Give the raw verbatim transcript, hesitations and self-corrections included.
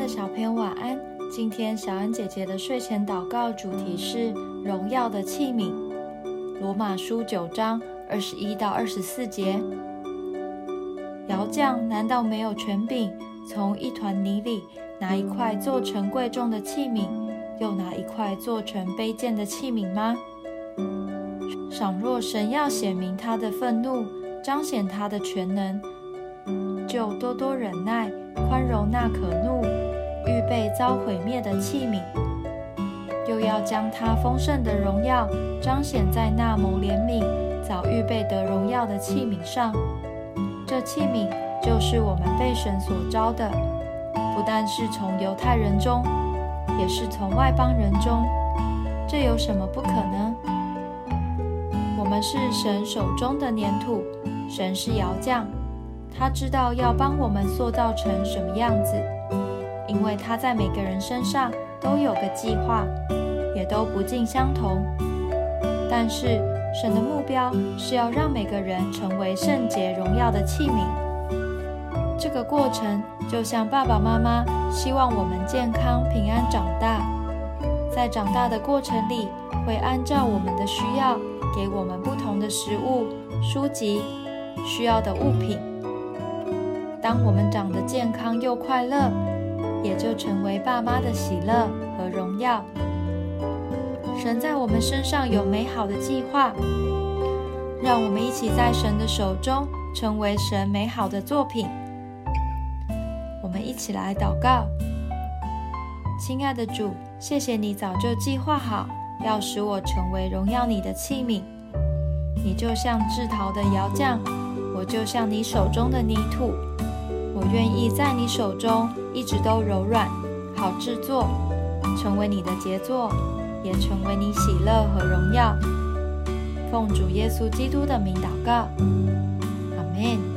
的小朋友晚安。今天小安姐姐的睡前祷告主题是荣耀的器皿。罗马书九章二十一到二十四节。窑匠难道没有权柄从一团泥里拿一块做成贵重的器皿，又拿一块做成卑贱的器皿吗？倘若神要显明他的愤怒，彰显他的全能，就多多忍耐，宽容那可怒、预备遭毁灭的器皿，又要将他丰盛的荣耀彰显在那蒙怜悯、早预备得荣耀的器皿上。这器皿就是我们被神所召的，不但是从犹太人中，也是从外邦人中。这有什么不可呢？我们是神手中的粘土，神是窑匠，他知道要帮我们塑造成什么样子，因为他在每个人身上都有个计划，也都不尽相同。但是神的目标是要让每个人成为圣洁荣耀的器皿。这个过程就像爸爸妈妈希望我们健康平安长大，在长大的过程里，会按照我们的需要给我们不同的食物、书籍、需要的物品。当我们长得健康又快乐，也就成为爸妈的喜乐和荣耀。神在我们身上有美好的计划，让我们一起在神的手中成为神美好的作品。我们一起来祷告。亲爱的主，谢谢你早就计划好要使我成为荣耀你的器皿。你就像制陶的窑匠，我就像你手中的泥土，我愿意在你手中一直都柔软，好制作，成为你的杰作，也成为你喜乐和荣耀。奉主耶稣基督的名祷告，阿们。